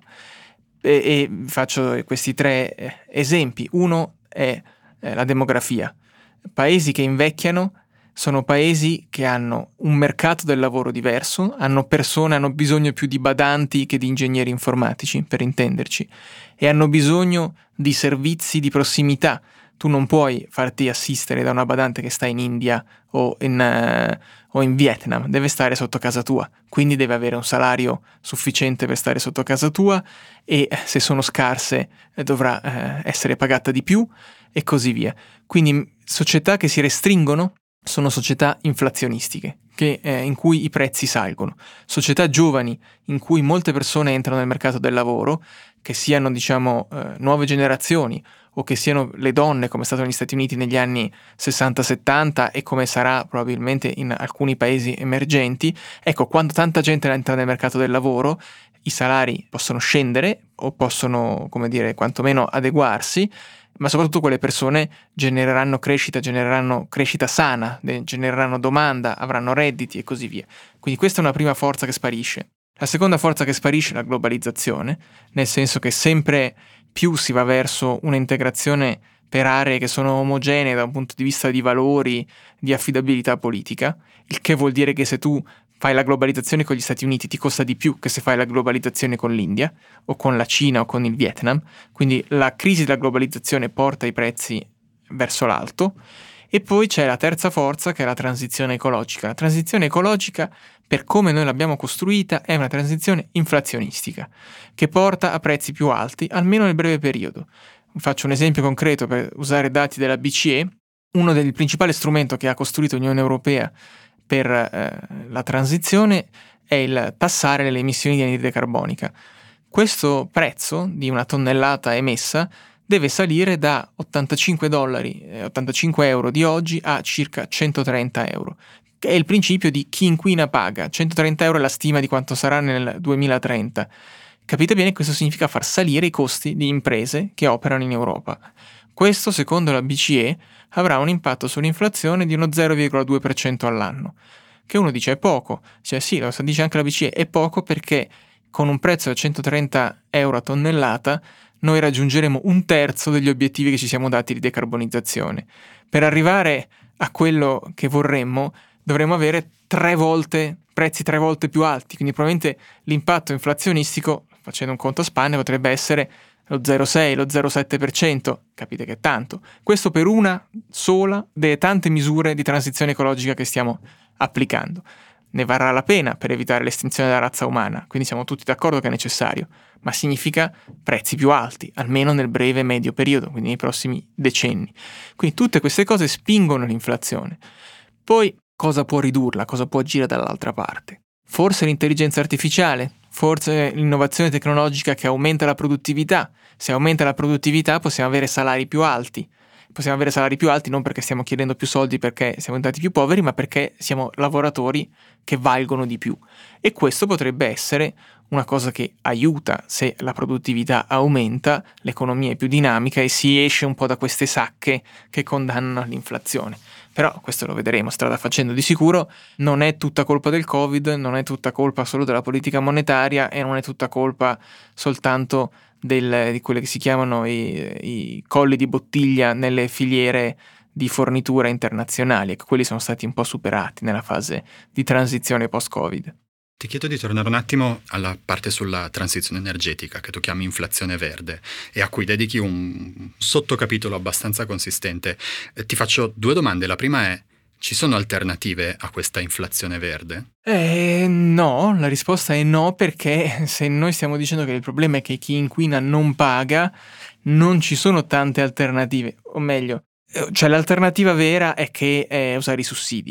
E, e faccio questi tre eh, esempi. Uno è eh, la demografia. Paesi che invecchiano sono paesi che hanno un mercato del lavoro diverso, hanno persone, hanno bisogno più di badanti che di ingegneri informatici, per intenderci, e hanno bisogno di servizi di prossimità. Tu non puoi farti assistere da una badante che sta in India o in, uh, o in Vietnam, deve stare sotto casa tua, quindi deve avere un salario sufficiente per stare sotto casa tua e se sono scarse eh, dovrà eh, essere pagata di più e così via. Quindi società che si restringono sono società inflazionistiche, che, eh, in cui i prezzi salgono. Società giovani in cui molte persone entrano nel mercato del lavoro, che siano diciamo eh, nuove generazioni o che siano le donne, come è stato negli Stati Uniti negli anni sessanta settanta e come sarà probabilmente in alcuni paesi emergenti. Ecco, quando tanta gente entra nel mercato del lavoro, i salari possono scendere o possono, come dire, quantomeno adeguarsi, ma soprattutto quelle persone genereranno crescita, genereranno crescita sana, genereranno domanda, avranno redditi e così via. Quindi questa è una prima forza che sparisce. La seconda forza che sparisce è la globalizzazione, nel senso che sempre più si va verso un'integrazione per aree che sono omogenee da un punto di vista di valori, di affidabilità politica, il che vuol dire che se tu fai la globalizzazione con gli Stati Uniti ti costa di più che se fai la globalizzazione con l'India o con la Cina o con il Vietnam. Quindi la crisi della globalizzazione porta i prezzi verso l'alto. E poi c'è la terza forza, che è la transizione ecologica. La transizione ecologica, per come noi l'abbiamo costruita, è una transizione inflazionistica che porta a prezzi più alti, almeno nel breve periodo. Faccio un esempio concreto per usare dati della B C E. Uno dei principali strumenti che ha costruito l'Unione Europea per eh, la transizione è il tassare le emissioni di anidride carbonica. Questo prezzo di una tonnellata emessa deve salire da ottantacinque dollari, eh, ottantacinque euro di oggi a circa centotrenta euro, che è il principio di chi inquina paga. centotrenta euro è la stima di quanto sarà nel duemilatrenta. Capite bene, questo significa far salire i costi di imprese che operano in Europa. Questo, secondo la B C E, avrà un impatto sull'inflazione di uno zero virgola due per cento all'anno. Che uno dice è poco, cioè sì, lo dice anche la B C E, è poco perché con un prezzo da centotrenta euro a tonnellata noi raggiungeremo un terzo degli obiettivi che ci siamo dati di decarbonizzazione. Per arrivare a quello che vorremmo dovremmo avere tre volte, prezzi tre volte più alti, quindi probabilmente l'impatto inflazionistico, facendo un conto a spanne, potrebbe essere lo zero virgola sei, lo zero virgola sette per cento, capite che è tanto. Questo per una sola delle tante misure di transizione ecologica che stiamo applicando. Ne varrà la pena per evitare l'estinzione della razza umana, quindi siamo tutti d'accordo che è necessario, ma significa prezzi più alti, almeno nel breve e medio periodo, quindi nei prossimi decenni. Quindi tutte queste cose spingono l'inflazione. Poi cosa può ridurla, cosa può agire dall'altra parte? Forse l'intelligenza artificiale, forse l'innovazione tecnologica che aumenta la produttività. Se aumenta la produttività possiamo avere salari più alti. Possiamo avere salari più alti non perché stiamo chiedendo più soldi perché siamo diventati più poveri, ma perché siamo lavoratori che valgono di più. E questo potrebbe essere una cosa che aiuta, se la produttività aumenta, l'economia è più dinamica e si esce un po' da queste sacche che condannano l'inflazione. Però questo lo vedremo strada facendo di sicuro. Non è tutta colpa del Covid, non è tutta colpa solo della politica monetaria e non è tutta colpa soltanto del, di quelle che si chiamano i, i colli di bottiglia nelle filiere di fornitura internazionali, e che quelli sono stati un po' superati nella fase di transizione post-Covid. Ti chiedo di tornare un attimo alla parte sulla transizione energetica, che tu chiami inflazione verde, e a cui dedichi un sottocapitolo abbastanza consistente. Eh, ti faccio due domande. La prima è: ci sono alternative a questa inflazione verde? Eh, no, la risposta è no, perché se noi stiamo dicendo che il problema è che chi inquina non paga, non ci sono tante alternative, o meglio, cioè l'alternativa vera è che è usare i sussidi.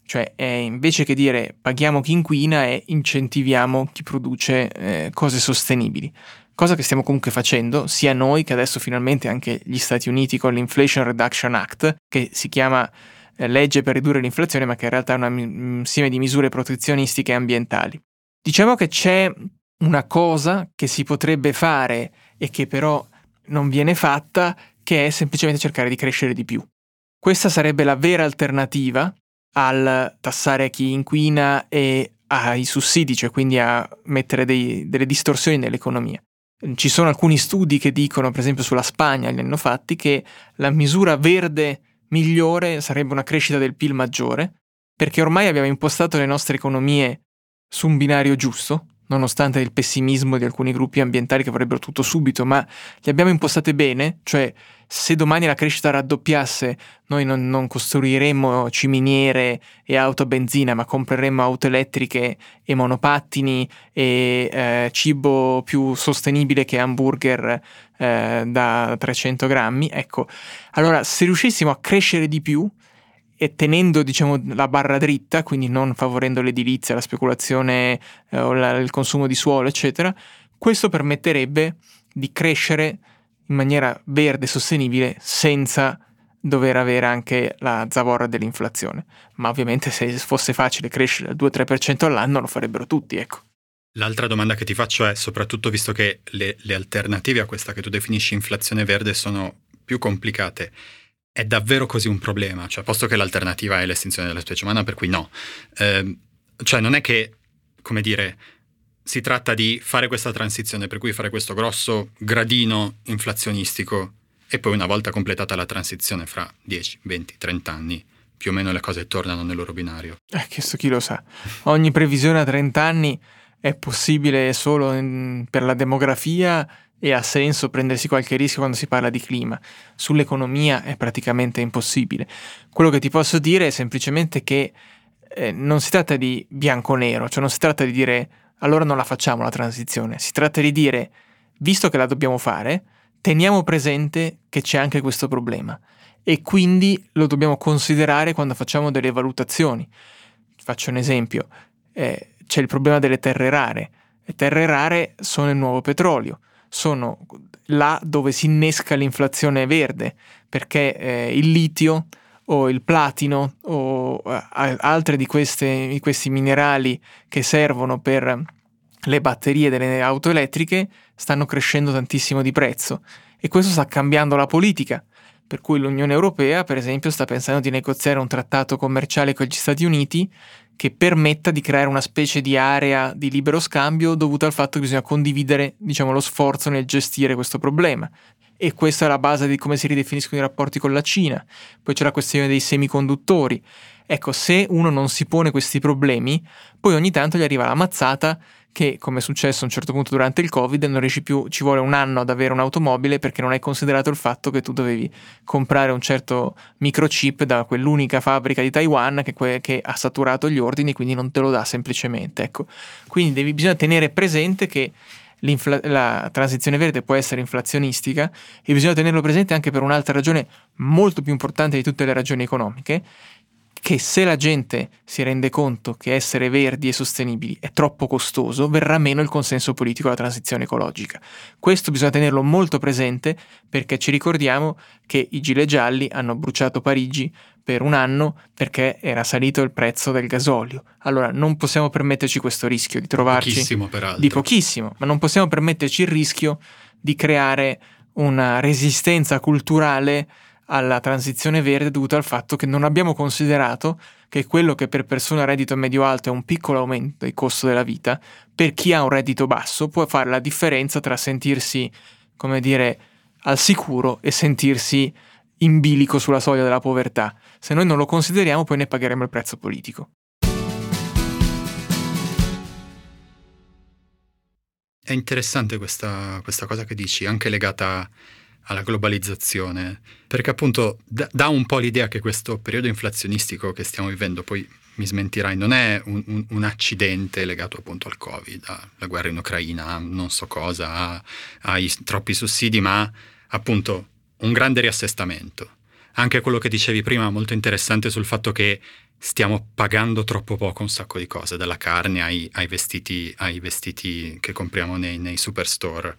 Cioè è, invece che dire paghiamo chi inquina, è incentiviamo chi produce eh, cose sostenibili. Cosa che stiamo comunque facendo, sia noi che adesso finalmente anche gli Stati Uniti con l'Inflation Reduction Act, che si chiama eh, legge per ridurre l'inflazione, ma che in realtà è un insieme di misure protezionistiche e ambientali. Diciamo che c'è una cosa che si potrebbe fare e che però non viene fatta, che è semplicemente cercare di crescere di più. Questa sarebbe la vera alternativa al tassare chi inquina e ai sussidi, cioè quindi a mettere dei, delle distorsioni nell'economia. Ci sono alcuni studi che dicono, per esempio sulla Spagna, li hanno fatti, che la misura verde migliore sarebbe una crescita del P I L maggiore, perché ormai abbiamo impostato le nostre economie su un binario giusto, nonostante il pessimismo di alcuni gruppi ambientali che vorrebbero tutto subito, ma le abbiamo impostate bene, cioè se domani la crescita raddoppiasse noi non, non costruiremmo ciminiere e auto a benzina, ma compreremmo auto elettriche e monopattini e eh, cibo più sostenibile che hamburger eh, da trecento grammi. Ecco, allora se riuscissimo a crescere di più e tenendo, diciamo, la barra dritta, quindi non favorendo l'edilizia, la speculazione eh, o la, il consumo di suolo, eccetera, questo permetterebbe di crescere in maniera verde e sostenibile senza dover avere anche la zavorra dell'inflazione. Ma ovviamente se fosse facile crescere al due tre per cento all'anno lo farebbero tutti, ecco. L'altra domanda che ti faccio è, soprattutto visto che le, le alternative a questa che tu definisci inflazione verde sono più complicate, è davvero così un problema? Cioè, posto che l'alternativa è l'estinzione della specie umana, per cui no. Eh, cioè, non è che, come dire, si tratta di fare questa transizione, per cui fare questo grosso gradino inflazionistico e poi una volta completata la transizione fra dieci, venti, trenta anni, più o meno le cose tornano nel loro binario. Eh, questo chi lo sa. Ogni previsione a trenta anni è possibile solo in, per la demografia, e ha senso prendersi qualche rischio quando si parla di clima. Sull'economia è praticamente impossibile. Quello che ti posso dire è semplicemente che eh, non si tratta di bianco-nero, cioè non si tratta di dire allora non la facciamo la transizione, si tratta di dire, visto che la dobbiamo fare, teniamo presente che c'è anche questo problema e quindi lo dobbiamo considerare quando facciamo delle valutazioni. Faccio un esempio, eh, c'è il problema delle terre rare. Le terre rare sono il nuovo petrolio, sono là dove si innesca l'inflazione verde, perché eh, il litio o il platino o eh, altri di, queste, di questi minerali che servono per le batterie delle auto elettriche stanno crescendo tantissimo di prezzo e questo sta cambiando la politica, per cui l'Unione Europea, per esempio, sta pensando di negoziare un trattato commerciale con gli Stati Uniti che permetta di creare una specie di area di libero scambio dovuta al fatto che bisogna condividere, diciamo, lo sforzo nel gestire questo problema. E questa è la base di come si ridefiniscono i rapporti con la Cina. Poi c'è la questione dei semiconduttori. Ecco, se uno non si pone questi problemi, poi ogni tanto gli arriva la mazzata che, come è successo a un certo punto durante il Covid, non riesci più, ci vuole un anno ad avere un'automobile perché non hai considerato il fatto che tu dovevi comprare un certo microchip da quell'unica fabbrica di Taiwan che, que- che ha saturato gli ordini, quindi non te lo dà semplicemente. Ecco, quindi devi, bisogna tenere presente che la transizione verde può essere inflazionistica e bisogna tenerlo presente anche per un'altra ragione molto più importante di tutte le ragioni economiche, che se la gente si rende conto che essere verdi e sostenibili è troppo costoso, verrà meno il consenso politico alla transizione ecologica. Questo bisogna tenerlo molto presente perché ci ricordiamo che i gilet gialli hanno bruciato Parigi per un anno perché era salito il prezzo del gasolio. Allora non possiamo permetterci questo rischio di trovarci... Pochissimo, peraltro. Di pochissimo, ma non possiamo permetterci il rischio di creare una resistenza culturale alla transizione verde dovuta al fatto che non abbiamo considerato che quello che per persona a reddito medio-alto è un piccolo aumento del costo della vita, per chi ha un reddito basso può fare la differenza tra sentirsi, come dire, al sicuro e sentirsi in bilico sulla soglia della povertà. Se noi non lo consideriamo, poi ne pagheremo il prezzo politico. È interessante questa, questa cosa che dici, anche legata alla globalizzazione, perché appunto dà un po' l'idea che questo periodo inflazionistico che stiamo vivendo, poi mi smentirai, non è un, un, un accidente legato appunto al Covid, alla guerra in Ucraina, non so cosa, ai troppi sussidi, ma appunto un grande riassestamento. Anche quello che dicevi prima, molto interessante sul fatto che stiamo pagando troppo poco un sacco di cose, dalla carne ai, ai vestiti ai vestiti che compriamo nei, nei superstore.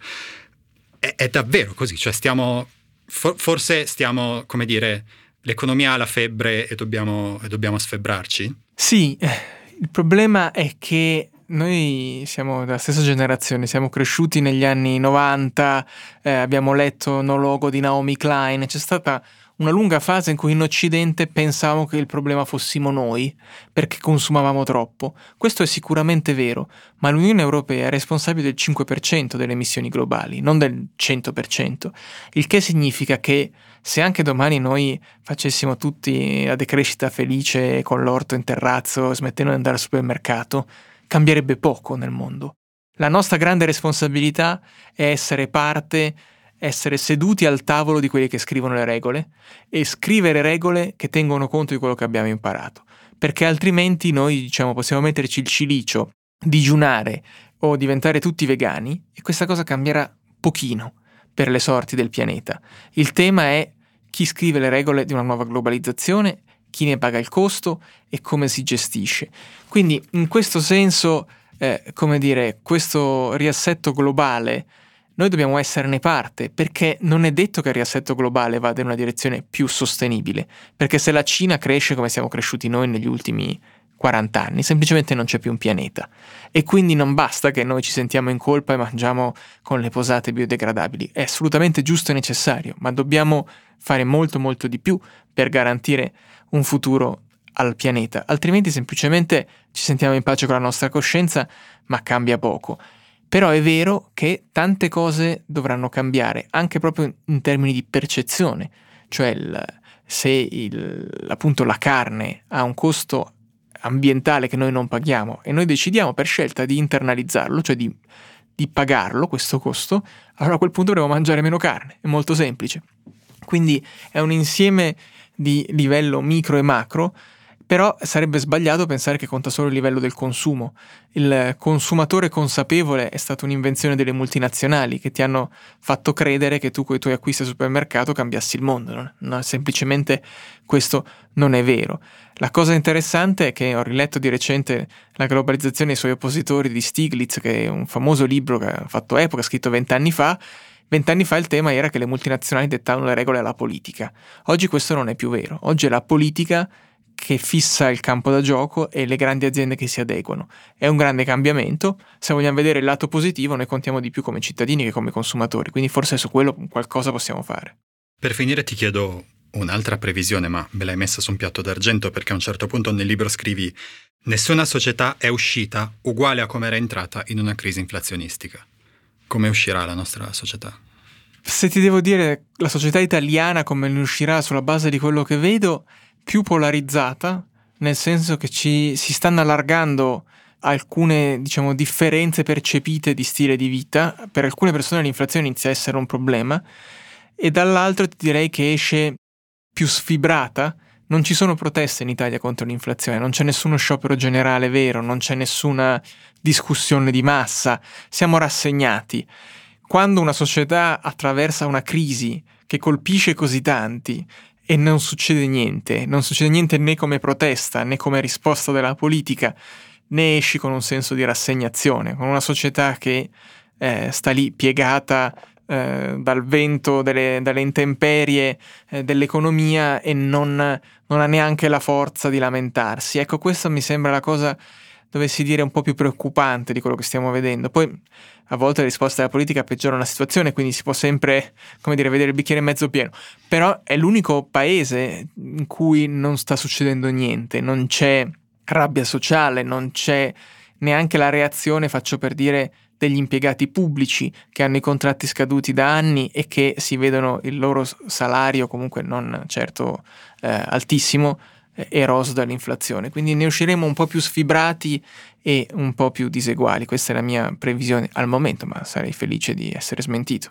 È, è davvero così, cioè stiamo for, forse stiamo, come dire, l'economia ha la febbre e dobbiamo, e dobbiamo sfebbrarci? Sì, il problema è che noi siamo della stessa generazione, siamo cresciuti negli anni novanta, eh, abbiamo letto No Logo di Naomi Klein, c'è stata una lunga fase in cui in Occidente pensavamo che il problema fossimo noi, perché consumavamo troppo. Questo è sicuramente vero, ma l'Unione Europea è responsabile del cinque per cento delle emissioni globali, non del cento per cento, il che significa che se anche domani noi facessimo tutti la decrescita felice con l'orto in terrazzo, smettendo di andare al supermercato, cambierebbe poco nel mondo. La nostra grande responsabilità è essere parte, essere seduti al tavolo di quelli che scrivono le regole e scrivere regole che tengono conto di quello che abbiamo imparato, perché altrimenti noi, diciamo, possiamo metterci il cilicio, digiunare o diventare tutti vegani e questa cosa cambierà pochino per le sorti del pianeta. Il tema è chi scrive le regole di una nuova globalizzazione, chi ne paga il costo e come si gestisce. Quindi in questo senso, eh, come dire, questo riassetto globale noi dobbiamo esserne parte, perché non è detto che il riassetto globale vada in una direzione più sostenibile, perché se la Cina cresce come siamo cresciuti noi negli ultimi quaranta anni, semplicemente non c'è più un pianeta. E quindi non basta che noi ci sentiamo in colpa e mangiamo con le posate biodegradabili. È assolutamente giusto e necessario, ma dobbiamo fare molto molto di più per garantire un futuro al pianeta. Altrimenti semplicemente ci sentiamo in pace con la nostra coscienza, ma cambia poco. Però è vero che tante cose dovranno cambiare, anche proprio in termini di percezione. Cioè il, se il, appunto la carne ha un costo ambientale che noi non paghiamo e noi decidiamo per scelta di internalizzarlo, cioè di, di pagarlo questo costo, allora a quel punto dovremo mangiare meno carne, è molto semplice. Quindi è un insieme di livello micro e macro, però sarebbe sbagliato pensare che conta solo il livello del consumo. Il consumatore consapevole è stata un'invenzione delle multinazionali che ti hanno fatto credere che tu con i tuoi acquisti al supermercato cambiassi il mondo. No? No, semplicemente questo non è vero. La cosa interessante è che ho riletto di recente La globalizzazione e i suoi oppositori di Stiglitz, che è un famoso libro che ha fatto epoca, scritto vent'anni fa. Vent'anni fa il tema era che le multinazionali dettavano le regole alla politica. Oggi questo non è più vero. Oggi è la politica che fissa il campo da gioco e le grandi aziende che si adeguano. È un grande cambiamento. Se vogliamo vedere il lato positivo, noi contiamo di più come cittadini che come consumatori, quindi forse su quello qualcosa possiamo fare. Per finire ti chiedo un'altra previsione, ma me l'hai messa su un piatto d'argento perché a un certo punto nel libro scrivi: nessuna società è uscita uguale a come era entrata in una crisi inflazionistica. Come uscirà la nostra società? Se ti devo dire, la società italiana come ne uscirà sulla base di quello che vedo, più polarizzata, nel senso che ci si stanno allargando alcune, diciamo, differenze percepite di stile di vita. Per alcune persone l'inflazione inizia a essere un problema, e dall'altro ti direi che esce più sfibrata. Non ci sono proteste in Italia contro l'inflazione, non c'è nessuno sciopero generale vero, non c'è nessuna discussione di massa, siamo rassegnati. Quando una società attraversa una crisi che colpisce così tanti e non succede niente, non succede niente né come protesta né come risposta della politica, ne esci con un senso di rassegnazione, con una società che eh, sta lì piegata eh, dal vento, delle, dalle intemperie eh, dell'economia e non, non ha neanche la forza di lamentarsi. Ecco, questa mi sembra la cosa, dovessi dire, un po' più preoccupante di quello che stiamo vedendo. Poi a volte le risposte della politica peggiorano la situazione, quindi si può sempre, come dire, vedere il bicchiere mezzo pieno. Però è l'unico paese in cui non sta succedendo niente, non c'è rabbia sociale, non c'è neanche la reazione, faccio per dire, degli impiegati pubblici che hanno i contratti scaduti da anni e che si vedono il loro salario, comunque non certo eh, altissimo, eroso dall'inflazione. Quindi ne usciremo un po' più sfibrati e un po' più diseguali. Questa è la mia previsione al momento, ma sarei felice di essere smentito.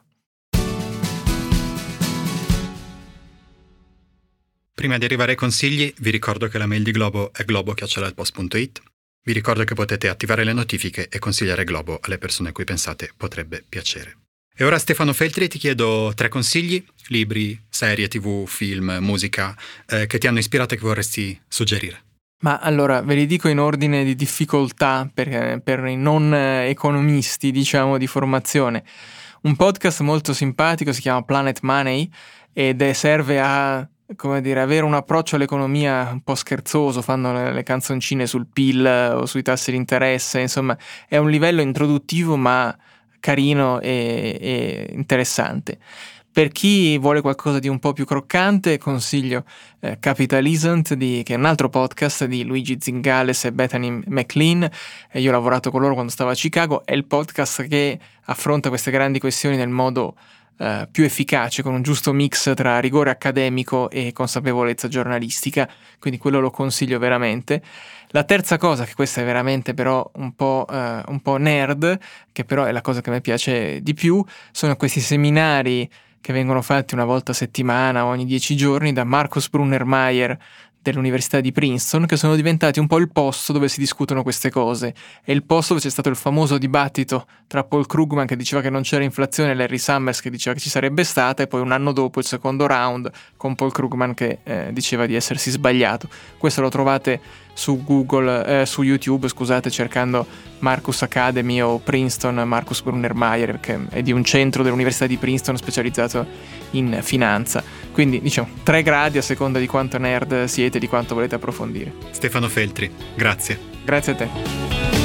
Prima di arrivare ai consigli, vi ricordo che la mail di Globo è globo chiocciola il post punto it. Vi ricordo che potete attivare le notifiche e consigliare Globo alle persone a cui pensate potrebbe piacere. E ora Stefano Feltri ti chiedo tre consigli, libri, serie tv, film, musica, eh, che ti hanno ispirato e che vorresti suggerire. Ma allora ve li dico in ordine di difficoltà per, per i non economisti, diciamo, di formazione. Un podcast molto simpatico si chiama Planet Money ed è, serve a, come dire, avere un approccio all'economia un po' scherzoso, fanno le, le canzoncine sul P I L o sui tassi di interesse, insomma è un livello introduttivo ma carino e, e interessante. Per chi vuole qualcosa di un po' più croccante, consiglio eh, Capitalism, di, che è un altro podcast di Luigi Zingales e Bethany McLean. E io ho lavorato con loro quando stavo a Chicago. È il podcast che affronta queste grandi questioni nel modo eh, più efficace, con un giusto mix tra rigore accademico e consapevolezza giornalistica. Quindi quello lo consiglio veramente. La terza cosa, che questa è veramente però un po', eh, un po' nerd, che però è la cosa che mi piace di più, sono questi seminari che vengono fatti una volta a settimana o ogni dieci giorni da Marcus Brunner Meyer dell'Università di Princeton, che sono diventati un po' il posto dove si discutono queste cose. È il posto dove c'è stato il famoso dibattito tra Paul Krugman, che diceva che non c'era inflazione, e Larry Summers, che diceva che ci sarebbe stata, e poi un anno dopo il secondo round con Paul Krugman che eh, diceva di essersi sbagliato. Questo lo trovate su Google, eh, su YouTube, scusate, cercando Marcus Academy o Princeton Marcus Brunner Meyer, che è di un centro dell'Università di Princeton specializzato in finanza. Quindi diciamo tre gradi a seconda di quanto nerd siete, di quanto volete approfondire. Stefano Feltri, grazie. Grazie a te.